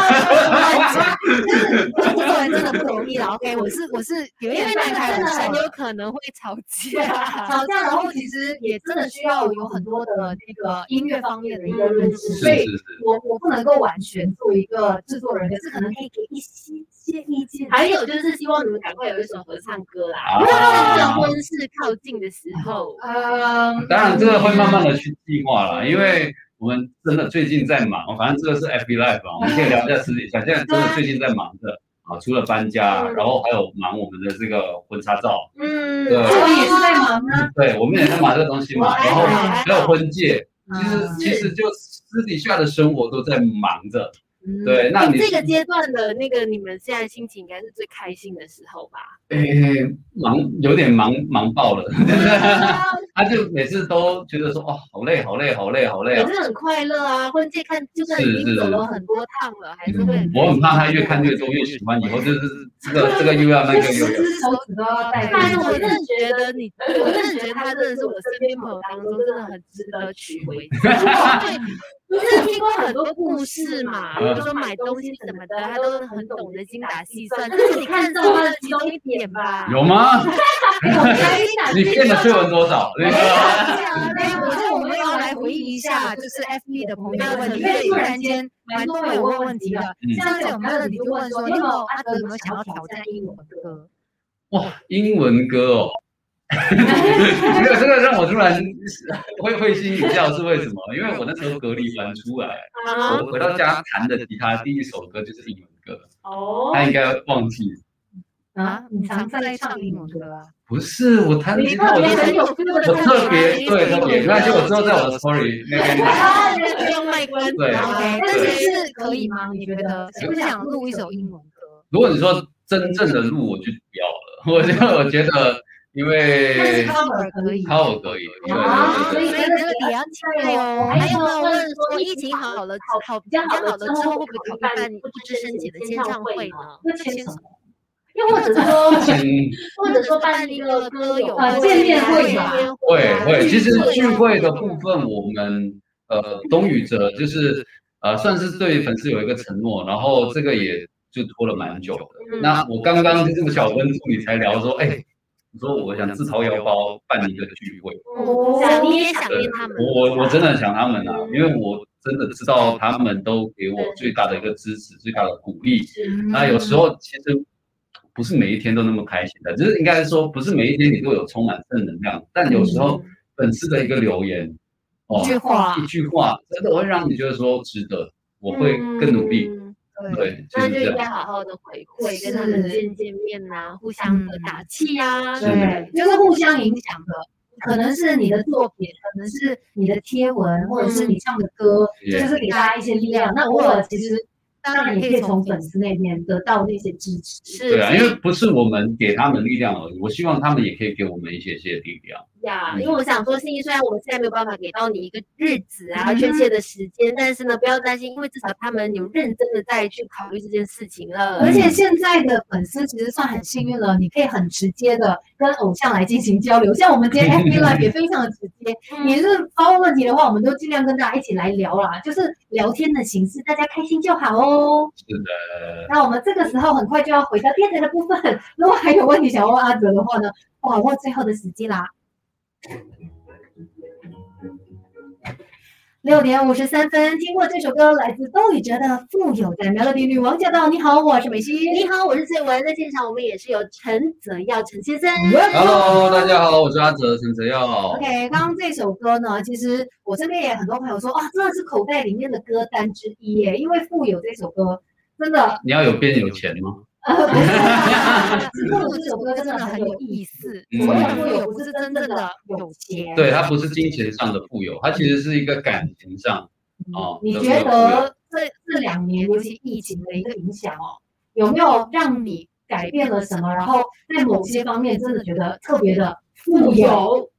制作人真的不容易了。OK， 我是我是有一点半开玩笑， 很有可能会吵架， 吵架，然后其实也真的需要有很多的那个音乐方面的一个认识，所以我我不能够完全做一个制作人，可是可能可以给一些些意见。 还有就是希望你们赶快有一首合唱歌啦，啊，婚事靠近的时候， 嗯， 当然这个会慢慢的去计划啦，因为我们真的最近在忙，反正这个是 F B Live 嘛，我们可以聊一下私底下。现在真的最近在忙着啊，除了搬家，然后还有忙我们的这个婚纱照， 嗯， 对， 我也是在忙啊， 对，我们也在忙这个东西嘛，然后还有婚戒，其实其实就私底下的生活都在忙着。对，那你这个阶段的那个你们现在心情应该是最开心的时候吧？ 诶，忙有点忙忙爆了，他就每次都觉得说哦，好累，好累，好累，好累啊！ 可是很快乐啊，婚戒看就算已经走了很多趟了，还是会。 我很怕他越看越多，越喜欢，以后就是这个这个又要那个又要。 手指都要戴。 但是我真的觉得你，我真的觉得他真的是我身边朋友当中真的很值得娶回家。对。就是听过很多故事嘛，比如说买东西什么的，他都很懂得精打细算。但是你看中他的其中一点吧？ 有吗？你骗了翠文多少？那个， 我觉得我们要来回忆一下，就是 F B 的朋友的问题，因为突然间蛮多人有问问题的。像这种问题就问说，你有没有阿德有没有想要挑战英文歌？ 哇，英文歌哦。没有这个让我突然会会心一笑，是为什么？因为我那时候隔离完出来，我回到家弹的吉他第一首歌就是英文歌。哦，他应该忘记啊？你常在唱英文歌啊？ 不是，我弹的吉他，我就我特别对特别，那就我之后在我的 story 那边用麦关对 ，OK， 但是是可以吗？你觉得？我想录一首英文歌。 如果你说真正的录，我就不要了。我就我觉得。因为 cover 可以 ，cover 可以， 啊，所以这个也要期待哦。还有没有问说疫情好了，好比较好了之后，会不会考虑办不知深浅的签唱会呢？ 那签什么？又或者说， 或者说办一个歌友见面会吧？ 会会，其实聚会的部分，我们呃东宇哲就是呃算是对粉丝有一个承诺，然后这个也就拖了蛮久的。那我刚刚就这么小温度，你才聊说，哎。你说我想自掏腰包办一个聚会， 想你也想念他们， 我我真的想他们啊，因为我真的知道他们都给我最大的一个支持，最大的鼓励。那有时候其实不是每一天都那么开心的，就是应该说不是每一天你都有充满正能量，但有时候粉丝的一个留言， 哦，一句话， 一句话，真的会让你觉得说值得，我会更努力。对， 那就应该好好的回馈，跟他们见见面呐，互相的打气呀， 对，就是互相影响的。可能是你的作品，可能是你的贴文，或者是你唱的歌，就是给大家一些力量。那偶尔其实当然也可以从粉丝那边得到那些支持。 对啊，因为不是我们给他们力量而已，我希望他们也可以给我们一些些力量。 呀，因为我想说，信义虽然我们现在没有办法给到你一个日子啊、确切的时间，但是呢，不要担心，因为至少他们有认真的在去考虑这件事情了。 而且现在的粉丝其实算很幸运了，你可以很直接的跟偶像来进行交流。像我们今天 F B Live 也非常的直接，你是发问问题的话，我们都尽量跟大家一起来聊啦，就是聊天的形式，大家开心就好哦。 是的。 那我们这个时候很快就要回到电台的部分，如果还有问题想问阿哲的话呢，把握最后的时机啦。六点五十三分，听过这首歌，来自窦宇哲的《富有》的 Melody 女王驾到！你好，我是美心。 你好，我是翠文。在现场，我们也是有陈泽耀陈先生。 Hello， 大家好，我是阿哲陈泽耀。 OK， 刚刚这首歌呢，其实我身边也很多朋友说，啊，真的是口袋里面的歌单之一耶，因为《富有》这首歌真的， 你要有变有钱吗？ 富有这首歌真的很有意思。所谓的富有不是真正的有钱， 对，它不是金钱上的富有，它其实是一个感情上哦。 你觉得这这两年尤其疫情的一个影响哦，有没有让你改变了什么？然后在某些方面真的觉得特别的富有？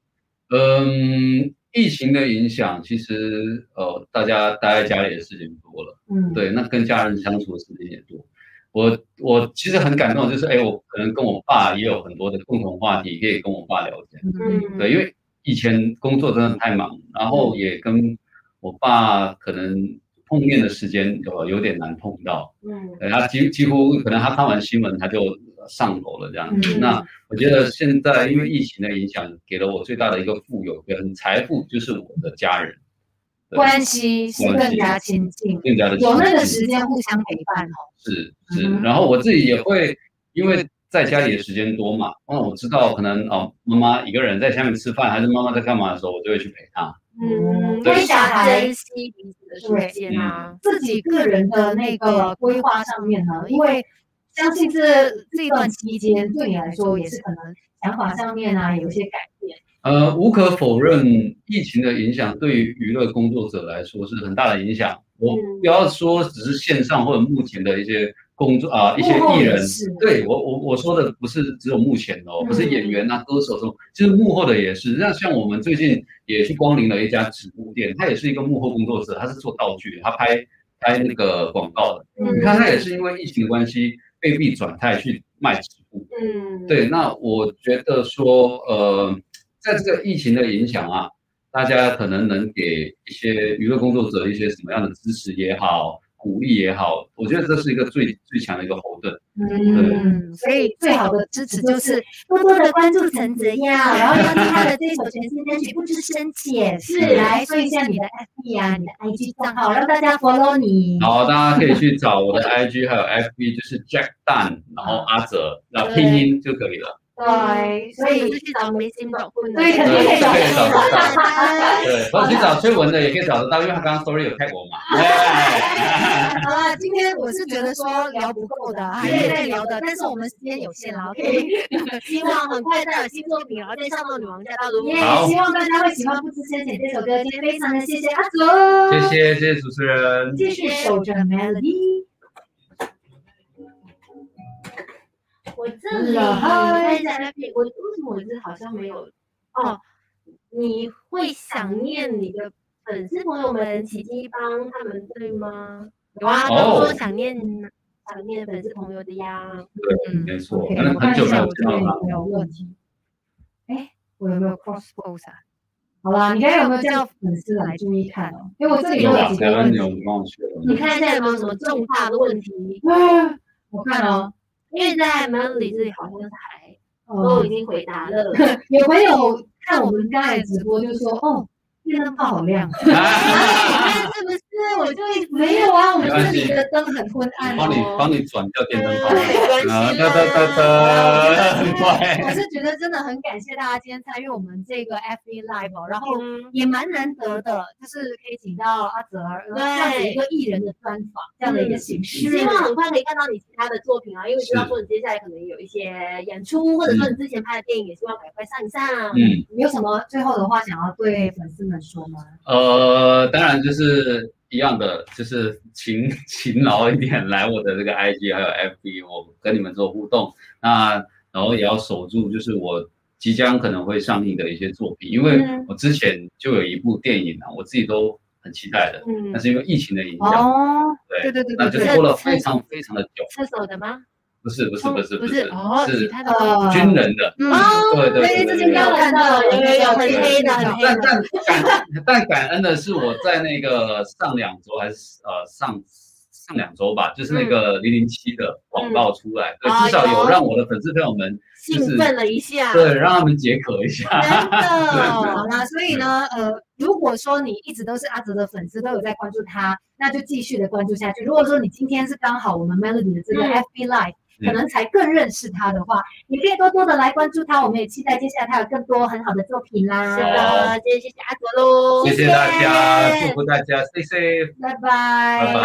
嗯，疫情的影响，其实呃，大家待在家里的时间多了，嗯，对，那跟家人相处的时间也多。我我其实很感动，就是哎，我可能跟我爸也有很多的共同话题，可以跟我爸聊天，嗯，对，因为以前工作真的太忙，然后也跟我爸可能碰面的时间有有点难碰到，嗯，他几几乎可能他看完新闻他就上楼了这样子。嗯、那我觉得现在因为疫情的影响，给了我最大的一个富有跟财富，就是我的家人。 关系是更加亲近， 更加的有那个时间互相陪伴哦。 是是，嗯、然后我自己也会因为在家里的时间多嘛，那我知道可能哦，妈妈一个人在下面吃饭，还是妈妈在干嘛的时候，我就会去陪她。 嗯，为小孩珍惜彼此的时间啊， 嗯、自己个人的那个规划上面呢，因为相信这这段期间对你来说也是可能想法上面啊有一些改变。 呃，无可否认，疫情的影响对于娱乐工作者来说是很大的影响。我不要说只是线上或者目前的一些工作啊、呃，一些艺人，对我我我说的不是只有目前哦，不是演员啊、歌手什么，就是幕后的也是。那像我们最近也去光临了一家纸物店，他也是一个幕后工作者，他是做道具，他拍拍那个广告的。嗯、你看他也是因为疫情的关系被逼转态去卖纸物。嗯，对，那我觉得说呃。在这个疫情的影响啊，大家可能能给一些娱乐工作者一些什么样的支持也好，鼓励也好，我觉得这是一个最最强的一个后盾。 嗯，所以最好的支持就是多多的关注陈泽耀，然后要听他的这首全新单曲《不知深浅》，是来说一下你的 F B 啊，你的 I G 账号，让大家 follow 你。 好，大家可以去找我的 I G 还有 F B， 就是 Jack Dan， 然后阿哲，然后拼音就可以了。 对，所以去找明星保护的， 对，肯定可以找得到。对，或者去找崔文的也可以找得到，因为他刚刚 story 有 tag 我嘛。 好了，今天我是觉得说聊不够的，还可以再聊的，但是我们时间有限了 ，OK。 希望很快再有新作品，然后再上到女王驾到如。 耶，希望大家会喜欢《不知深浅》这首歌。今天非常的谢谢阿祖， 谢谢谢谢主持人， 继续守着 Melody。 我这里看一下 F B， 我为什么我这好像没有哦？你会想念你的粉丝朋友们，奇迹帮他们对吗？有啊，都说想念、哦、想念粉丝朋友的呀。 对，没错，可能很久没有见到他。 没有问题。哎，我有没有 cross pose 啊？好啦，你看有没有叫粉丝来注意看哦？因为我这里有几个问题， 你看一下有没有什么重大的问题？ 嗯，我看哦。 因为在 Melody 这里好像是还都已经回答了， 有朋友看我们刚才直播就说，哦，电灯泡好亮， 你看是不是？我就一直没有啊，我们这里的灯很昏暗， 帮你帮你转掉电灯泡， 没关系啦，哒哒哒，很快。我是觉得真的很感谢大家今天参与我们这个 F B Live， 然后也蛮难得的，就是可以请到阿泽这样子一个艺人的专访这样的一个形式。 希望很快可以看到你其他的作品啊，因为知道说你接下来可能有一些演出，或者说你之前拍的电影，也希望赶快上一上。 嗯， 你有什么最后的话想要对粉丝们说吗？ 呃，当然就是一样的，就是勤勤劳一点，来我的这个 I G 还有 F B， 我跟你们做互动。那然后也要守住，就是我即将可能会上映的一些作品，因为我之前就有一部电影啊，我自己都很期待的，嗯，但是因为疫情的影响， 哦， 对对对对， 那就拖了非常非常的久。 厕所的吗？ 不是不是不是不是哦， 是他的军人的， 哦， 对对对， 之前刚看到有有有很黑的，很黑的。但但感但感恩的是，我在那个上两周还是呃上上两周吧，就是那个零零七的广告出来，对，至少有让我的粉丝朋友们兴奋了一下， 对，让他们解渴一下。 真的，好啦，所以呢，呃，如果说你一直都是阿泽的粉丝，都有在关注他，那就继续的关注下去。如果说你今天是刚好我们 Melody 的这个 F B Live。可能才更认识他的话，你可以多多的来关注他。我们也期待接下来他有更多很好的作品啦。 是的，今天谢谢阿泽喽， 谢谢大家，祝福大家 ，stay safe， 拜拜。